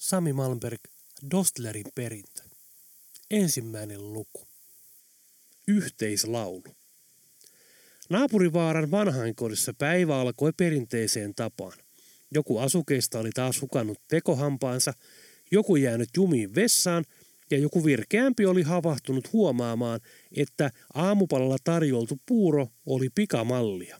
Sami Malmberg, Dostlerin perintö. Ensimmäinen luku. Yhteislaulu. Naapurivaaran vanhainkodissa päivä alkoi perinteiseen tapaan. Joku asukeista oli taas hukannut tekohampaansa, joku jäänyt jumiin vessaan ja joku virkeämpi oli havahtunut huomaamaan, että aamupalalla tarjoltu puuro oli pikamallia.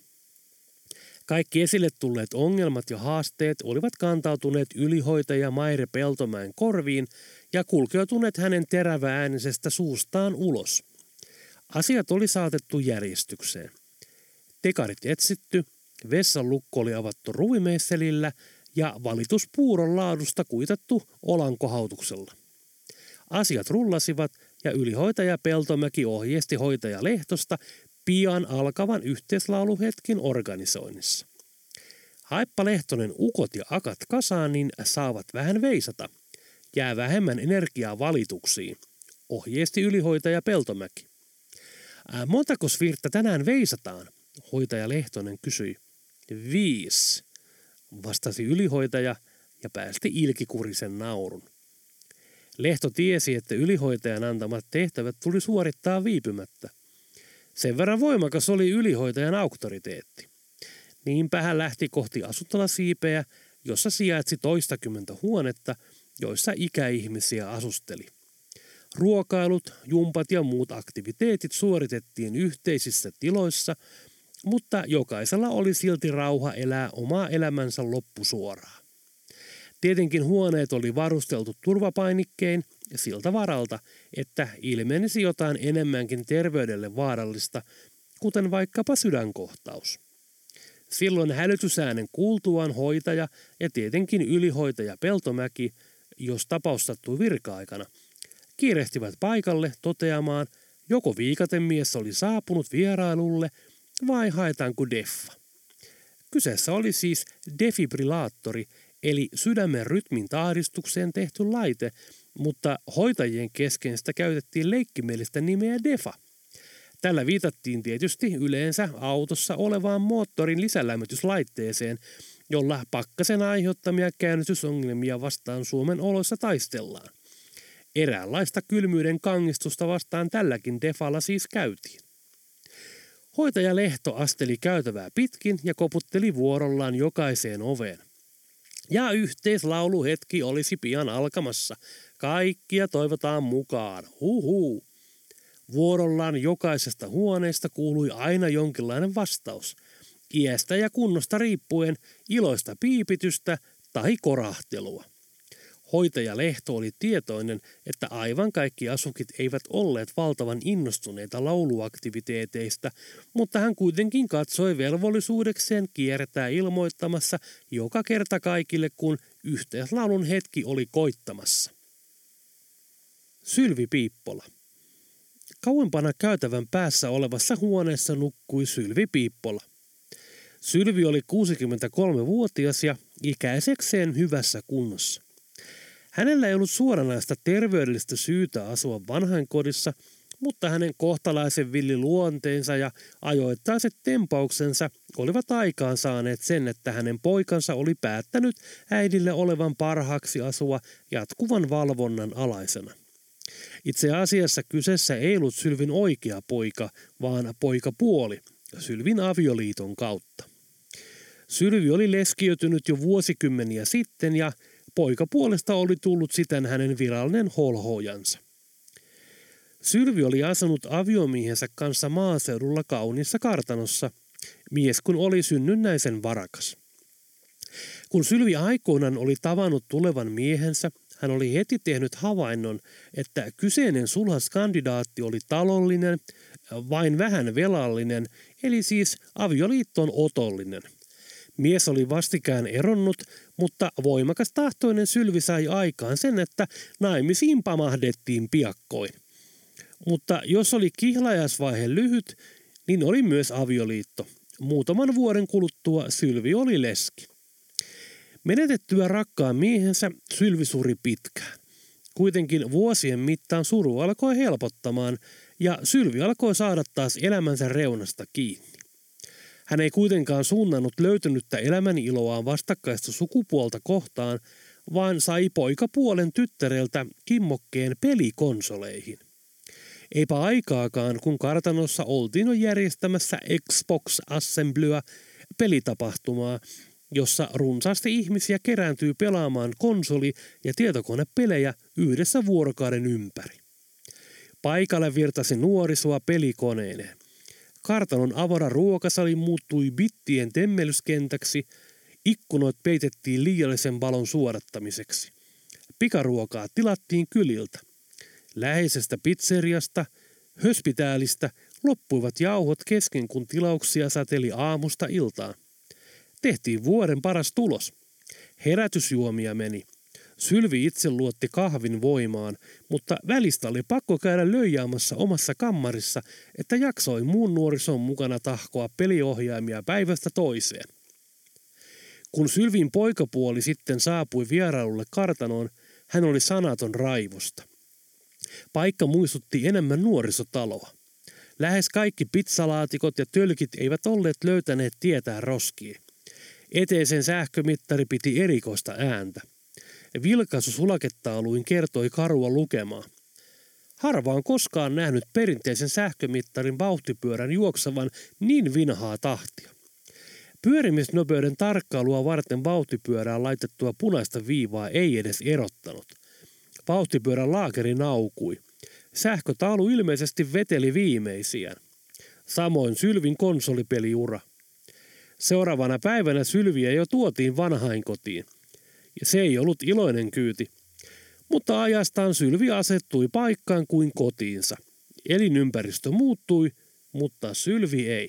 Kaikki esille tulleet ongelmat ja haasteet olivat kantautuneet ylihoitaja Maire Peltomäen korviin ja kulkeutuneet hänen teräväänisestä suustaan ulos. Asiat oli saatettu järjestykseen. Tekarit etsitty, vessan lukko oli avattu ruvimeisselillä ja valitus puuron laadusta kuitattu olankohautuksella. Asiat rullasivat ja ylihoitaja Peltomäki ohjeisti hoitaja Lehtosta pian alkavan yhteislauluhetkin organisoinnissa. Haippa Lehtonen ukot ja akat kasaan, niin saavat vähän veisata. Jää vähemmän energiaa valituksiin, ohjeisti ylihoitaja Peltomäki. Montakos virttä tänään veisataan? Hoitaja Lehtonen kysyi. 5, vastasi ylihoitaja ja päästi ilkikurisen naurun. Lehto tiesi, että ylihoitajan antamat tehtävät tuli suorittaa viipymättä. Sen verran voimakas oli ylihoitajan auktoriteetti. Niinpä hän lähti kohti asuntolasiipeä, jossa sijaitsi toistakymmentä huonetta, joissa ikäihmisiä asusteli. Ruokailut, jumpat ja muut aktiviteetit suoritettiin yhteisissä tiloissa, mutta jokaisella oli silti rauha elää omaa elämänsä loppusuoraan. Tietenkin huoneet oli varusteltu turvapainikkein siltä varalta, että ilmenisi jotain enemmänkin terveydelle vaarallista, kuten vaikkapa sydänkohtaus. Silloin hälytysäänen kuultuaan hoitaja ja tietenkin ylihoitaja Peltomäki, jos tapaus sattui virka-aikana, kiirehtivät paikalle toteamaan, joko viikatemies oli saapunut vierailulle vai haetaanko deffa. Kyseessä oli siis defibrillaattori, eli sydämen rytmin tahdistukseen tehty laite, mutta hoitajien kesken sitä käytettiin leikkimielistä nimeä defa. Tällä viitattiin tietysti yleensä autossa olevaan moottorin lisälämmityslaitteeseen, jolla pakkasen aiheuttamia käynnistyongelmia vastaan Suomen oloissa taistellaan. Eräänlaista kylmyyden kangistusta vastaan tälläkin defalla siis käytiin. Hoitaja Lehto asteli käytävää pitkin ja koputteli vuorollaan jokaiseen oveen. Ja yhteislauluhetki olisi pian alkamassa. Kaikkia toivotaan mukaan. Huhuu. Vuorollaan jokaisesta huoneesta kuului aina jonkinlainen vastaus. Iästä ja kunnosta riippuen iloista piipitystä tai korahtelua. Hoitaja Lehto oli tietoinen, että aivan kaikki asukit eivät olleet valtavan innostuneita lauluaktiviteeteista, mutta hän kuitenkin katsoi velvollisuudekseen kiertää ilmoittamassa joka kerta kaikille, kun yhteislaulun hetki oli koittamassa. Sylvi Piippola. Kauempana käytävän päässä olevassa huoneessa nukkui Sylvi Piippola. Sylvi oli 63-vuotias ja ikäisekseen hyvässä kunnossa. Hänellä ei ollut suoranaista terveydellistä syytä asua vanhainkodissa, mutta hänen kohtalaisen villi luonteensa ja ajoittaiset tempauksensa olivat aikaan saaneet sen, että hänen poikansa oli päättänyt äidille olevan parhaaksi asua jatkuvan valvonnan alaisena. Itse asiassa kyseessä ei ollut Sylvin oikea poika, vaan poikapuoli Sylvin avioliiton kautta. Sylvi oli leskiytynyt jo vuosikymmeniä sitten ja poikapuolesta oli tullut siten hänen virallinen holhoojansa. Sylvi oli asunut aviomiehensä kanssa maaseudulla kauniissa kartanossa, mies kun oli synnynnäisen varakas. Kun Sylvi aikoinaan oli tavannut tulevan miehensä, hän oli heti tehnyt havainnon, että kyseinen sulhas kandidaatti oli talollinen, vain vähän velallinen, eli siis avioliittoon otollinen. Mies oli vastikään eronnut, mutta voimakas tahtoinen Sylvi sai aikaan sen, että naimisiin pamahdettiin piakkoin. Mutta jos oli kihlajaisvaihe lyhyt, niin oli myös avioliitto. Muutaman vuoden kuluttua Sylvi oli leski. Menetettyä rakkaan miehensä Sylvi suri pitkään. Kuitenkin vuosien mittaan suru alkoi helpottamaan ja Sylvi alkoi saada taas elämänsä reunasta kiinni. Hän ei kuitenkaan suunnannut löytynyttä elämäniloaan vastakkaista sukupuolta kohtaan, vaan sai poikapuolen tyttäreltä kimmokkeen pelikonsoleihin. Eipä aikaakaan, kun kartanossa oltiin jo järjestämässä Xbox Assemblyä pelitapahtumaa, jossa runsaasti ihmisiä kerääntyy pelaamaan konsoli- ja tietokonepelejä yhdessä vuorokauden ympäri. Paikalle virtasi nuorisoa pelikoneineen. Kartanon avara ruokasali muuttui bittien temmellyskentäksi, ikkunoit peitettiin liiallisen valon suodattamiseksi. Pikaruokaa tilattiin kyliltä. Läheisestä pizzeriasta, höspitäälistä loppuivat jauhot kesken, kun tilauksia sateli aamusta iltaan. Tehtiin vuoden paras tulos. Herätysjuomia meni. Sylvi itse luotti kahvin voimaan, mutta välistä oli pakko käydä löijäämässä omassa kammarissa, että jaksoi muun nuorison mukana tahkoa peliohjaimia päivästä toiseen. Kun Sylvin poikapuoli sitten saapui vierailulle kartanoon, hän oli sanaton raivosta. Paikka muistutti enemmän nuorisotaloa. Lähes kaikki pizzalaatikot ja tölkit eivät olleet löytäneet tietää roskiin. Eteisen sähkömittari piti erikoista ääntä. Vilkaisu sulaketauluin kertoi karua lukemaa. Harva on koskaan nähnyt perinteisen sähkömittarin vauhtipyörän juoksevan niin vinhaa tahtia. Pyörimisnopeuden tarkkailua varten vauhtipyörään laitettua punaista viivaa ei edes erottanut. Vauhtipyörän laakeri naukui. Sähkötaulu ilmeisesti veteli viimeisiään. Samoin Sylvin konsolipeliura. Seuraavana päivänä Sylviä jo tuotiin vanhainkotiin. Se ei ollut iloinen kyyti. Mutta ajastaan Sylvi asettui paikkaan kuin kotiinsa. Elinympäristö muuttui, mutta Sylvi ei.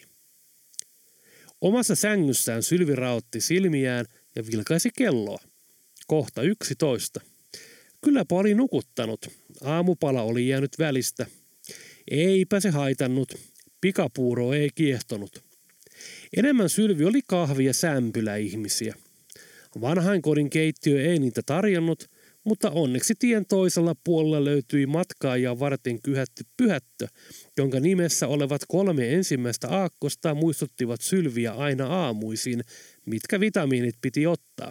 Omassa sängyssään Sylvi raotti silmiään ja vilkaisi kelloa. Kohta 11. Kylläpä oli nukuttanut. Aamupala oli jäänyt välistä. Eipä se haitannut. Pikapuuro ei kiehtonut. Enemmän Sylvi oli kahvi- ja sämpyläihmisiä. Vanhainkodin keittiö ei niitä tarjonnut, mutta onneksi tien toisella puolella löytyi matkaajia varten kyhätty pyhättö, jonka nimessä olevat 3 ensimmäistä aakkosta muistuttivat Sylviä aina aamuisin, mitkä vitamiinit piti ottaa.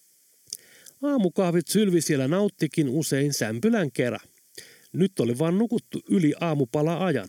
Aamukahvit Sylvi siellä nauttikin usein sämpylän kera. Nyt oli vaan nukuttu yli aamupala-ajan.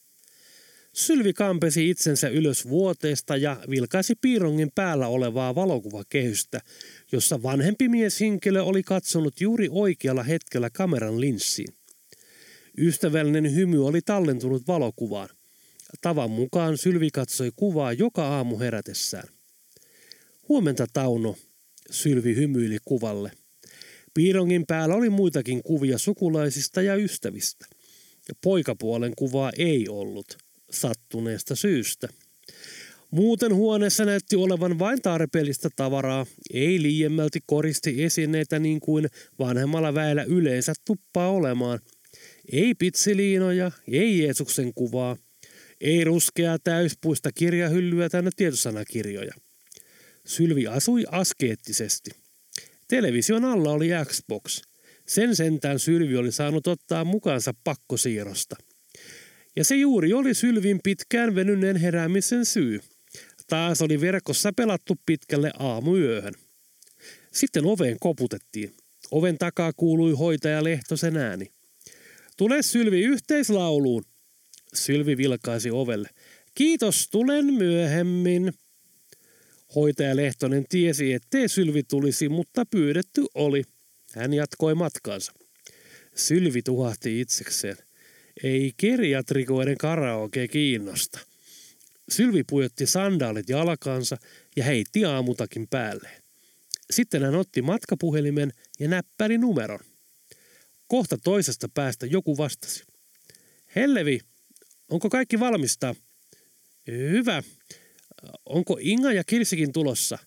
Sylvi kampesi itsensä ylös vuoteesta ja vilkaisi piirongin päällä olevaa valokuvakehystä, jossa vanhempi mieshenkilö oli katsonut juuri oikealla hetkellä kameran linssiin. Ystävällinen hymy oli tallentunut valokuvaan. Tavan mukaan Sylvi katsoi kuvaa joka aamu herätessään. Huomenta, Tauno, Sylvi hymyili kuvalle. Piirongin päällä oli muitakin kuvia sukulaisista ja ystävistä. Poikapuolen kuvaa ei ollut, sattuneesta syystä. Muuten huoneessa näytti olevan vain tarpeellista tavaraa, ei liiemmälti koristi esineitä niin kuin vanhemmalla väellä yleensä tuppaa olemaan. Ei pitsiliinoja, ei Jeesuksen kuvaa, ei ruskeaa täyspuista kirjahyllyä täynnä tietosanakirjoja. Sylvi asui askeettisesti. Television alla oli Xbox. Sen sentään Sylvi oli saanut ottaa mukaansa pakkosiirrosta. Ja se juuri oli Sylvin pitkään venyneen heräämisen syy. Taas oli verkossa pelattu pitkälle aamuyöhön. Sitten oveen koputettiin. Oven takaa kuului hoitaja Lehtosen ääni. Tule Sylvi yhteislauluun. Sylvi vilkaisi ovelle. Kiitos, tulen myöhemmin. Hoitaja Lehtonen tiesi, ettei Sylvi tulisi, mutta pyydetty oli. Hän jatkoi matkaansa. Sylvi tuhahti itsekseen. Ei geriatrikoiden karaoke kiinnosta. Sylvi pujotti sandaalit jalkaansa ja heitti aamutakin päälleen. Sitten hän otti matkapuhelimen ja näppäri numeron. Kohta toisesta päästä joku vastasi. Hellevi, onko kaikki valmista? Hyvä. Onko Inga ja Kirsikin tulossa?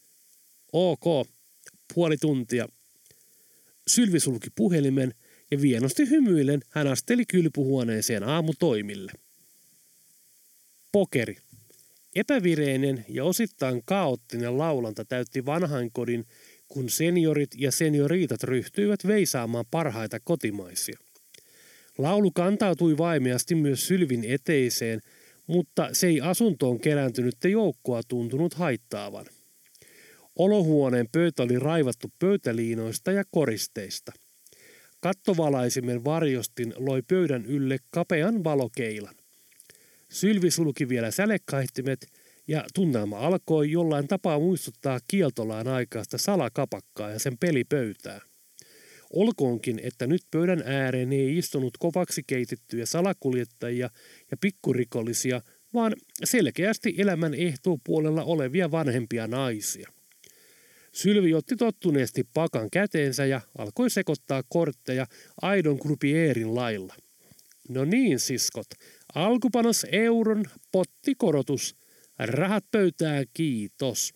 Ok. Puoli tuntia. Sylvi sulki puhelimen ja vienosti hymyillen hän asteli kylpyhuoneeseen aamutoimille. Pokeri. Epävireinen ja osittain kaoottinen laulanta täytti vanhainkodin, kun seniorit ja senioriitat ryhtyivät veisaamaan parhaita kotimaisia. Laulu kantautui vaimeasti myös Sylvin eteiseen, mutta se ei asuntoon kerääntynyttä joukkoa tuntunut haittaavan. Olohuoneen pöytä oli raivattu pöytäliinoista ja koristeista. Kattovalaisimen varjostin loi pöydän ylle kapean valokeilan. Sylvi sulki vielä sälekaihtimet ja tunnelma alkoi jollain tapaa muistuttaa kieltolaan aikaista salakapakkaa ja sen pelipöytää. Olkoonkin, että nyt pöydän ääreen ei istunut kovaksi keitettyjä salakuljettajia ja pikkurikollisia, vaan selkeästi elämän ehtoopuolella olevia vanhempia naisia. Sylvi otti tottuneesti pakan käteensä ja alkoi sekoittaa kortteja aidon croupiérin lailla. No niin, siskot, alkupanos euron, pottikorotus, rahat pöytään, kiitos.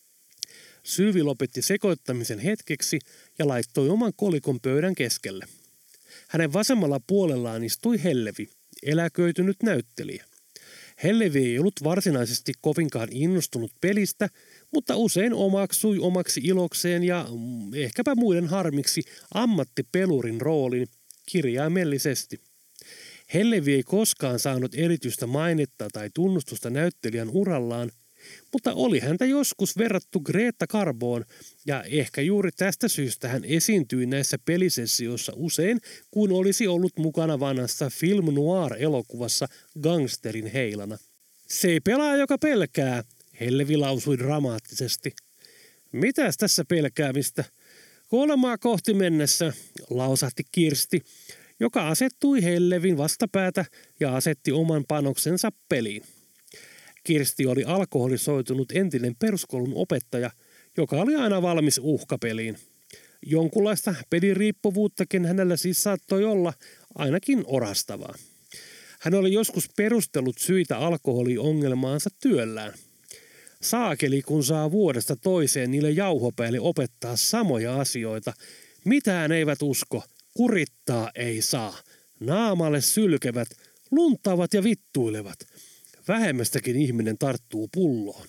Sylvi lopetti sekoittamisen hetkeksi ja laittoi oman kolikon pöydän keskelle. Hänen vasemmalla puolellaan istui Hellevi, eläköitynyt näyttelijä. Hellevi ei ollut varsinaisesti kovinkaan innostunut pelistä, mutta usein omaksui omaksi ilokseen ja ehkäpä muiden harmiksi ammattipelurin roolin kirjaimellisesti. Hellevi ei koskaan saanut erityistä mainetta tai tunnustusta näyttelijän urallaan, mutta oli häntä joskus verrattu Greta Garboon ja ehkä juuri tästä syystä hän esiintyi näissä pelisessioissa usein, kun olisi ollut mukana vanhassa film noir-elokuvassa Gangsterin heilana. Se ei pelaa, joka pelkää, Hellevi lausui dramaattisesti. Mitäs tässä pelkäämistä? Kuolemaa kohti mennessä, lausahti Kirsti, joka asettui Hellevin vastapäätä ja asetti oman panoksensa peliin. Kirsti oli alkoholisoitunut entinen peruskoulun opettaja, joka oli aina valmis uhkapeliin. Jonkunlaista peliriippuvuuttakin hänellä siis saattoi olla, ainakin orastavaa. Hän oli joskus perustellut syitä alkoholiongelmaansa työllään. Saakeli, kun saa vuodesta toiseen niille jauhopäille opettaa samoja asioita. Mitään eivät usko, kurittaa ei saa. Naamalle sylkevät, luntaavat ja vittuilevat. Vähemmästäkin ihminen tarttuu pulloon.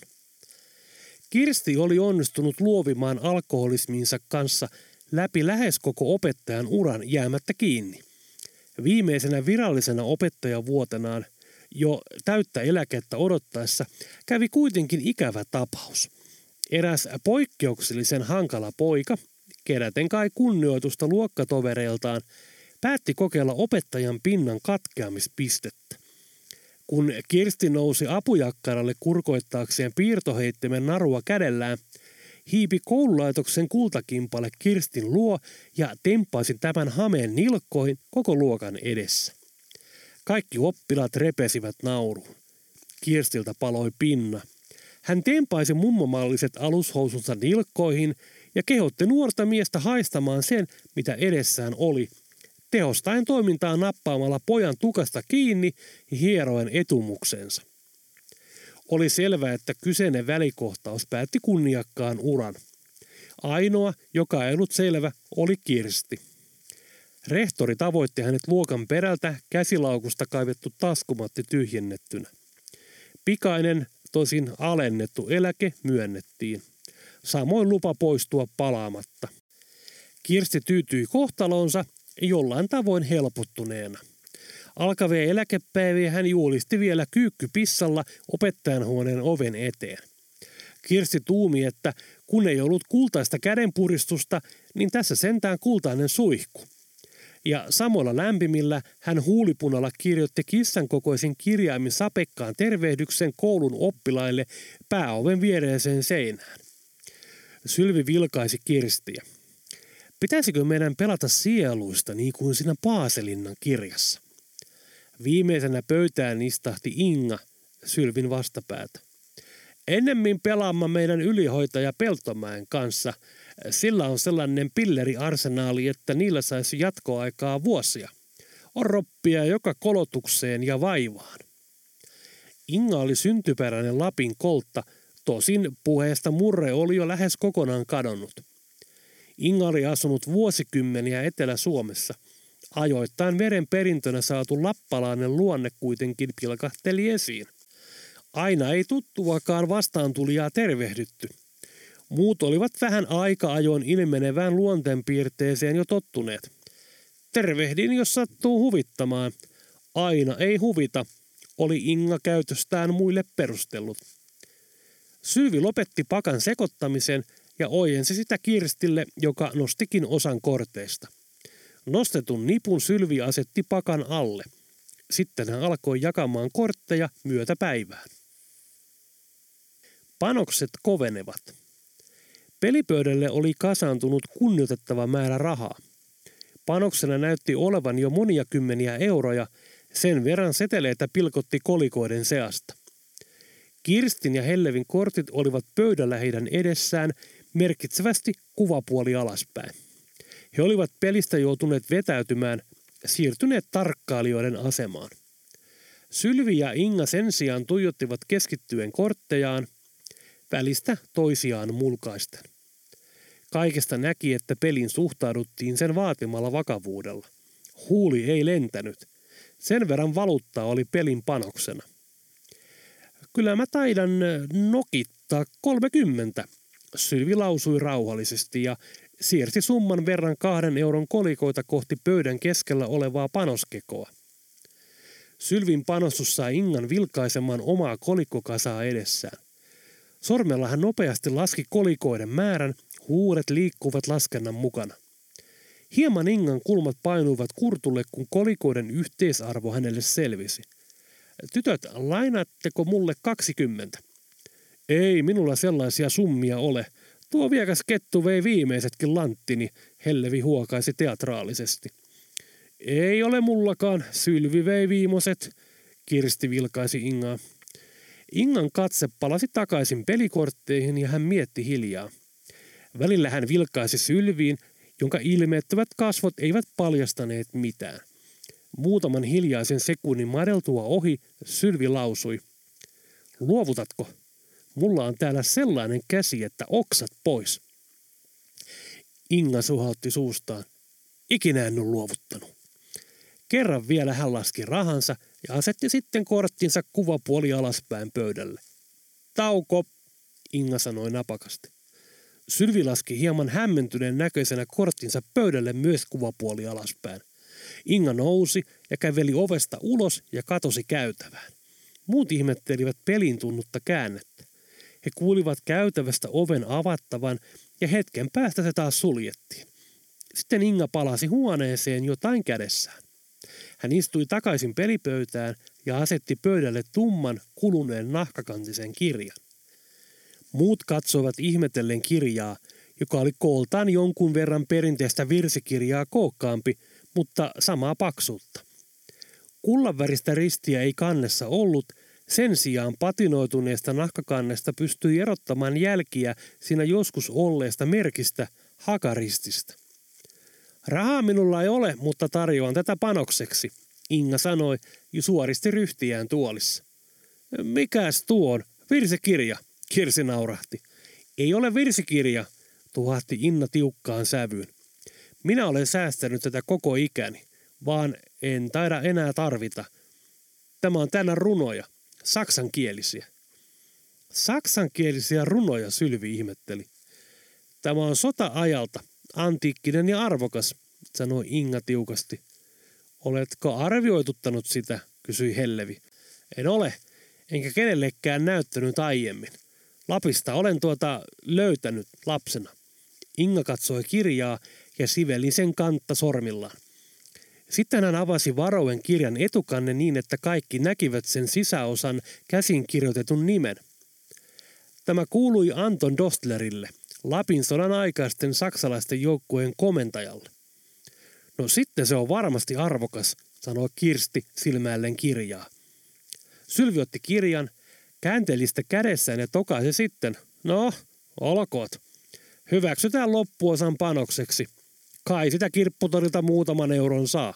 Kirsti oli onnistunut luovimaan alkoholisminsa kanssa läpi lähes koko opettajan uran jäämättä kiinni. Viimeisenä virallisena opettajavuotenaan jo täyttä eläkettä odottaessa kävi kuitenkin ikävä tapaus. Eräs poikkeuksellisen hankala poika, keräten kai kunnioitusta luokkatovereiltaan, päätti kokeilla opettajan pinnan katkeamispistettä. Kun Kirsti nousi apujakkaralle kurkoittaakseen piirtoheittimen narua kädellään, hiipi koululaitoksen kultakimpale Kirstin luo ja tempaisi tämän hameen nilkkoihin koko luokan edessä. Kaikki oppilaat repesivät nauruun. Kirstiltä paloi pinna. Hän tempaisi mummomalliset alushousunsa nilkkoihin ja kehotti nuorta miestä haistamaan sen, mitä edessään oli, tehostaen toimintaa nappaamalla pojan tukasta kiinni ja hieroen etumuksensa. Oli selvää, että kyseinen välikohtaus päätti kunniakkaan uran. Ainoa, joka ei ollut selvä, oli Kirsti. Rehtori tavoitti hänet luokan perältä, käsilaukusta kaivettu taskumatti tyhjennettynä. Pikainen, tosin alennettu eläke myönnettiin. Samoin lupa poistua palaamatta. Kirsti tyytyi kohtaloonsa jollain tavoin helpottuneena. Alkavia eläkepäiviä hän juhlisti vielä kyykkypissalla opettajanhuoneen oven eteen. Kirsti tuumi, että kun ei ollut kultaista kädenpuristusta, niin tässä sentään kultainen suihku. Ja samoilla lämpimillä hän huulipunalla kirjoitti kissan kokoisen kirjaimin sapekkaan tervehdyksen koulun oppilaille pääoven viereiseen seinään. Sylvi vilkaisi Kirstiä. Pitäisikö meidän pelata sieluista niin kuin siinä Paaselinnan kirjassa? Viimeisenä pöytään istahti Inga, Sylvin vastapäätä. Ennemmin pelaamme meidän ylihoitaja Peltomäen kanssa. Sillä on sellainen pilleriarsenaali, että niillä saisi jatkoaikaa vuosia. On roppia joka kolotukseen ja vaivaan. Inga oli syntyperäinen Lapin koltta, tosin puheesta murre oli jo lähes kokonaan kadonnut. Inga oli asunut vuosikymmeniä Etelä-Suomessa. Ajoittain verenperintönä saatu lappalainen luonne kuitenkin pilkahteli esiin. Aina ei tuttuakaan vastaantulijaa tervehdytty. Muut olivat vähän aika ajoin ilmenevään luonteenpiirteeseen jo tottuneet. Tervehdin, jos sattuu huvittamaan. Aina ei huvita, oli Inga käytöstään muille perustellut. Sylvi lopetti pakan sekoittamisen ja ojensi sitä Kirstille, joka nostikin osan korteista. Nostetun nipun Sylvi asetti pakan alle. Sitten hän alkoi jakamaan kortteja myötäpäivään. Panokset kovenevat. Pelipöydälle oli kasaantunut kunnioitettava määrä rahaa. Panoksena näytti olevan jo monia kymmeniä euroja, sen verran seteleitä pilkotti kolikoiden seasta. Kirstin ja Hellevin kortit olivat pöydällä heidän edessään merkitsevästi kuvapuoli alaspäin. He olivat pelistä joutuneet vetäytymään, siirtyneet tarkkailijoiden asemaan. Sylvi ja Inga sen sijaan tuijottivat keskittyen korttejaan, välistä toisiaan mulkaisten. Kaikesta näki, että pelin suhtauduttiin sen vaatimalla vakavuudella. Huuli ei lentänyt. Sen verran valuuttaa oli pelin panoksena. Kyllä mä taidan nokittaa 30, Sylvi lausui rauhallisesti ja siirsi summan verran 2 euron kolikoita kohti pöydän keskellä olevaa panoskekoa. Sylvin panostus sai Ingan vilkaisemaan omaa kolikkokasaa edessään. Sormella hän nopeasti laski kolikoiden määrän, huulet liikkuvat laskennan mukana. Hieman Ingan kulmat painuivat kurtulle, kun kolikoiden yhteisarvo hänelle selvisi. Tytöt, lainaatteko mulle 20? Ei minulla sellaisia summia ole. Tuo viekas kettu vei viimeisetkin lanttini, Hellevi huokaisi teatraalisesti. Ei ole mullakaan, Sylvi vei viimoset, Kirsti vilkaisi Ingaa. Ingan katse palasi takaisin pelikortteihin ja hän mietti hiljaa. Välillä hän vilkaisi Sylviin, jonka ilmeettömät kasvot eivät paljastaneet mitään. Muutaman hiljaisen sekunnin madeltua ohi Sylvi lausui. Luovutatko? Mulla on täällä sellainen käsi, että oksat pois. Inga suhautti suustaan. Ikinä en ole luovuttanut. Kerran vielä hän laski rahansa ja asetti sitten korttinsa kuvapuoli alaspäin pöydälle. Tauko, Inga sanoi napakasti. Sylvi laski hieman hämmentyneen näköisenä korttinsa pöydälle myös kuvapuoli alaspäin. Inga nousi ja käveli ovesta ulos ja katosi käytävään. Muut ihmettelivät pelin tunnutta käännettä. He kuulivat käytävästä oven avattavan ja hetken päästä se taas suljettiin. Sitten Inga palasi huoneeseen jotain kädessään. Hän istui takaisin pelipöytään ja asetti pöydälle tumman, kuluneen nahkakantisen kirjan. Muut katsoivat ihmetellen kirjaa, joka oli kooltaan jonkun verran perinteistä virsikirjaa kookkaampi, mutta samaa paksuutta. Kullanväristä ristiä ei kannessa ollut, sen sijaan patinoituneesta nahkakannesta pystyi erottamaan jälkiä siinä joskus olleesta merkistä hakarististä. Rahaa minulla ei ole, mutta tarjoan tätä panokseksi, Inga sanoi ja suoristi ryhtiään tuolissa. Mikäs tuo on? Virsikirja, Kirsi naurahti. Ei ole virsikirja, tuhahti Inna tiukkaan sävyyn. Minä olen säästänyt tätä koko ikäni, vaan en taida enää tarvita. Tämä on täynnä runoja, saksankielisiä. Saksankielisiä runoja, Sylvi ihmetteli. Tämä on sota-ajalta, antiikkinen ja arvokas, sanoi Inga tiukasti. Oletko arvioituttanut sitä, kysyi Hellevi. En ole, enkä kenellekään näyttänyt aiemmin. Lapista olen löytänyt lapsena. Inga katsoi kirjaa ja siveli sen kantta sormillaan. Sitten hän avasi varoen kirjan etukannen niin, että kaikki näkivät sen sisäosan käsin kirjoitetun nimen. Tämä kuului Anton Dostlerille, Lapin sodan aikaisten saksalaisten joukkueen komentajalle. No sitten se on varmasti arvokas, sanoi Kirsti silmäillen kirjaa. Sylvi otti kirjan, käänteli sitä kädessään ja tokaisi sitten. No, olkoot. Hyväksytään loppuosan panokseksi. Kai sitä kirpputorilta muutaman euron saa.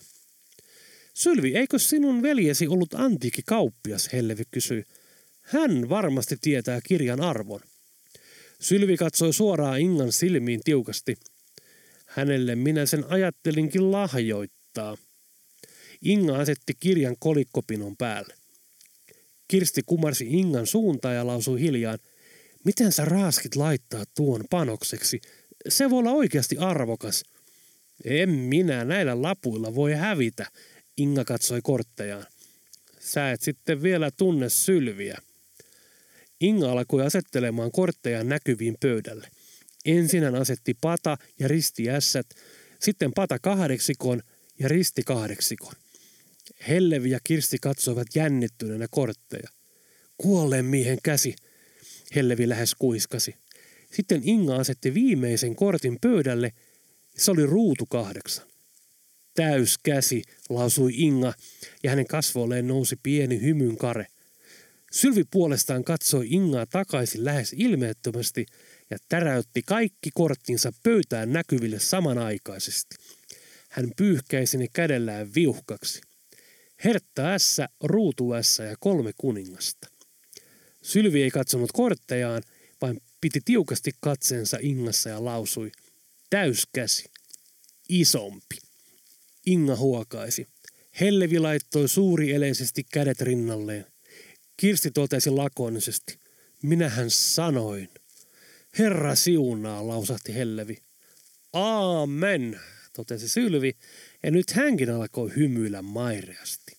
Sylvi, eikö sinun veljesi ollut antiikkikauppias, Hellevi kysyi. Hän varmasti tietää kirjan arvon. Sylvi katsoi suoraan Ingan silmiin tiukasti. Hänelle minä sen ajattelinkin lahjoittaa. Inga asetti kirjan kolikkopinon päälle. Kirsti kumarsi Ingan suuntaan ja lausui hiljaan. Miten sä raaskit laittaa tuon panokseksi? Se voi olla oikeasti arvokas. En minä näillä lapuilla voi hävitä, Inga katsoi korttejaan. Sä et sitten vielä tunne Sylviä. Inga alkoi asettelemaan korttejaan näkyviin pöydälle. Ensin hän asetti pata ja ristiässät, sitten pata kahdeksikon ja risti kahdeksikon. Hellevi ja Kirsti katsoivat jännittyneenä kortteja. Kuolleen miehen käsi, Hellevi lähes kuiskasi. Sitten Inga asetti viimeisen kortin pöydälle, ja se oli ruutu 8. Täyskäsi, lausui Inga, ja hänen kasvoilleen nousi pieni hymyn kare. Sylvi puolestaan katsoi Ingaa takaisin lähes ilmeettömästi ja täräytti kaikki korttinsa pöytään näkyville samanaikaisesti. Hän pyyhkäisi ne kädellään viuhkaksi. Hertta S, ruutu S ja 3 kuningasta. Sylvi ei katsonut korttejaan, vaan piti tiukasti katseensa Ingassa ja lausui, täyskäsi, isompi. Inga huokaisi. Hellevi laittoi suurieleisesti kädet rinnalleen. Kirsti totesi lakonisesti, minähän sanoin. Herra siunaa, lausahti Hellevi. Aamen, totesi Sylvi, ja nyt hänkin alkoi hymyillä maireasti.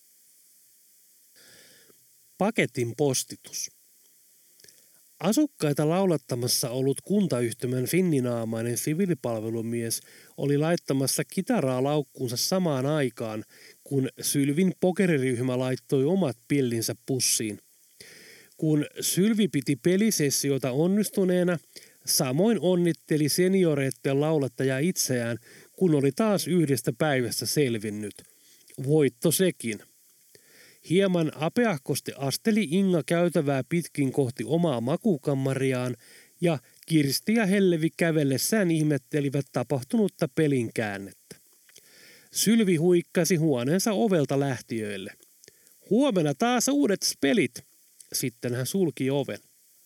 Paketin postitus. Asukkaita laulattamassa ollut kuntayhtymän finninaamainen siviilipalvelumies oli laittamassa kitaraa laukkuunsa samaan aikaan, kun Sylvin pokeriryhmä laittoi omat pillinsä pussiin. Kun Sylvi piti pelisessiota onnistuneena, samoin onnitteli senioreitten laulattaja itseään, kun oli taas yhdestä päivästä selvinnyt. Voitto sekin. Hieman apeahkosti asteli Inga käytävää pitkin kohti omaa makuukammariaan, ja Kirsti ja Hellevi kävellessään ihmettelivät tapahtunutta pelin käännettä. Sylvi huikkasi huoneensa ovelta lähtiöille. Huomenna taas uudet pelit. Sitten hän sulki oven.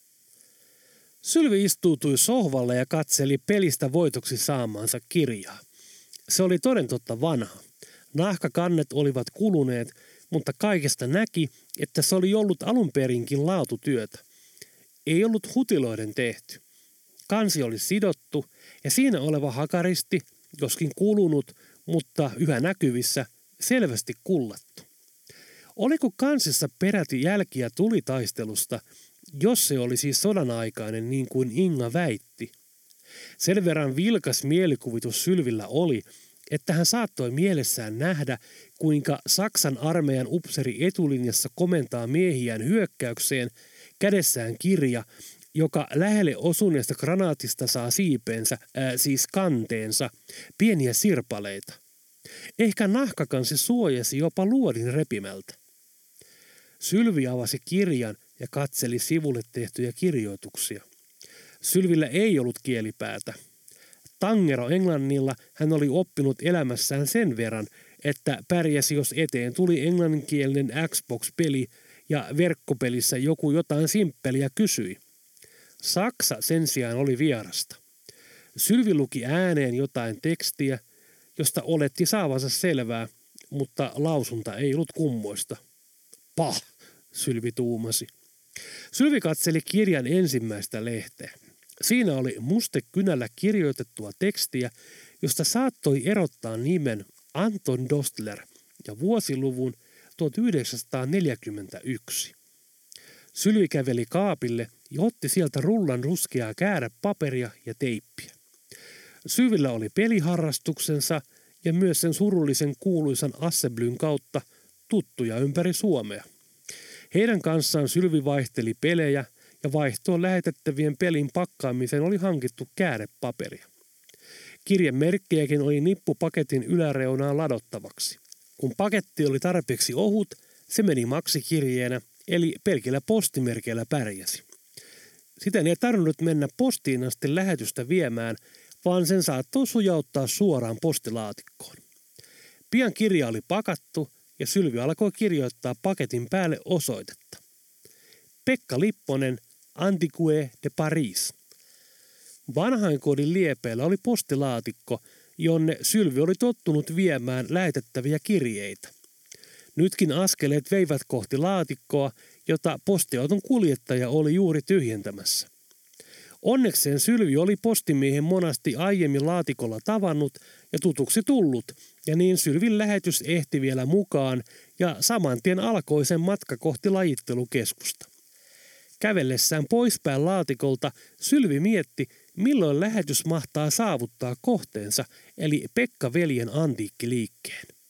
Sylvi istuutui sohvalle ja katseli pelistä voitoksi saamaansa kirjaa. Se oli toden totta vanha. Nahkakannet olivat kuluneet, mutta kaikesta näki, että se oli ollut alun perinkin laatutyötä. Ei ollut hutiloiden tehty. Kansi oli sidottu ja siinä oleva hakaristi, joskin kulunut, mutta yhä näkyvissä, selvästi kullattu. Oliko kansissa peräti jälkiä tulitaistelusta, jos se oli siis sodan-aikainen niin kuin Inga väitti? Sen verran vilkas mielikuvitus Sylvillä oli, että hän saattoi mielessään nähdä, kuinka Saksan armeijan upseri etulinjassa komentaa miehiään hyökkäykseen, kädessään kirja, joka lähelle osuneesta granaatista saa siipeensä, siis kanteensa, pieniä sirpaleita. Ehkä nahkakansi suojasi jopa luodin repimältä. Sylvi avasi kirjan ja katseli sivulle tehtyjä kirjoituksia. Sylvillä ei ollut kielipäätä. Tangero englannilla hän oli oppinut elämässään sen verran, että pärjäsi jos eteen tuli englanninkielinen Xbox-peli ja verkkopelissä joku jotain simppeliä kysyi. Saksa sen sijaan oli vierasta. Sylvi luki ääneen jotain tekstiä, josta oletti saavansa selvää, mutta lausunta ei ollut kummoista. Pah, Sylvi tuumasi. Sylvi katseli kirjan ensimmäistä lehteä. Siinä oli mustekynällä kirjoitettua tekstiä, josta saattoi erottaa nimen Anton Dostler ja vuosiluvun 1941. Sylvi käveli kaapille ja otti sieltä rullan ruskeaa käärepaperia ja teippiä. Sylvillä oli peliharrastuksensa ja myös sen surullisen kuuluisan Asseblyn kautta tuttuja ympäri Suomea. Heidän kanssaan Sylvi vaihteli pelejä ja vaihtoon lähetettävien pelin pakkaamiseen oli hankittu käärepaperia. Kirjemerkkejäkin oli nippu paketin yläreunaan ladottavaksi. Kun paketti oli tarpeeksi ohut, se meni maksikirjeenä, eli pelkillä postimerkeillä pärjäsi. Siten ei tarvinnut mennä postiin asti lähetystä viemään, vaan sen saattoi sujauttaa suoraan postilaatikkoon. Pian kirja oli pakattu ja Sylvi alkoi kirjoittaa paketin päälle osoitetta. Pekka Lipponen, Antiquae de Paris. Vanhainkodin liepeillä oli postilaatikko, jonne Sylvi oli tottunut viemään lähetettäviä kirjeitä. Nytkin askeleet veivät kohti laatikkoa, jota postiauton kuljettaja oli juuri tyhjentämässä. Onnekseen Sylvi oli postimiehen monasti aiemmin laatikolla tavannut ja tutuksi tullut, ja niin Sylvin lähetys ehti vielä mukaan, ja saman tien alkoi sen matka kohti lajittelukeskusta. Kävellessään poispäin laatikolta Sylvi mietti, milloin lähetys mahtaa saavuttaa kohteensa eli Pekka-veljen antiikkiliikkeen.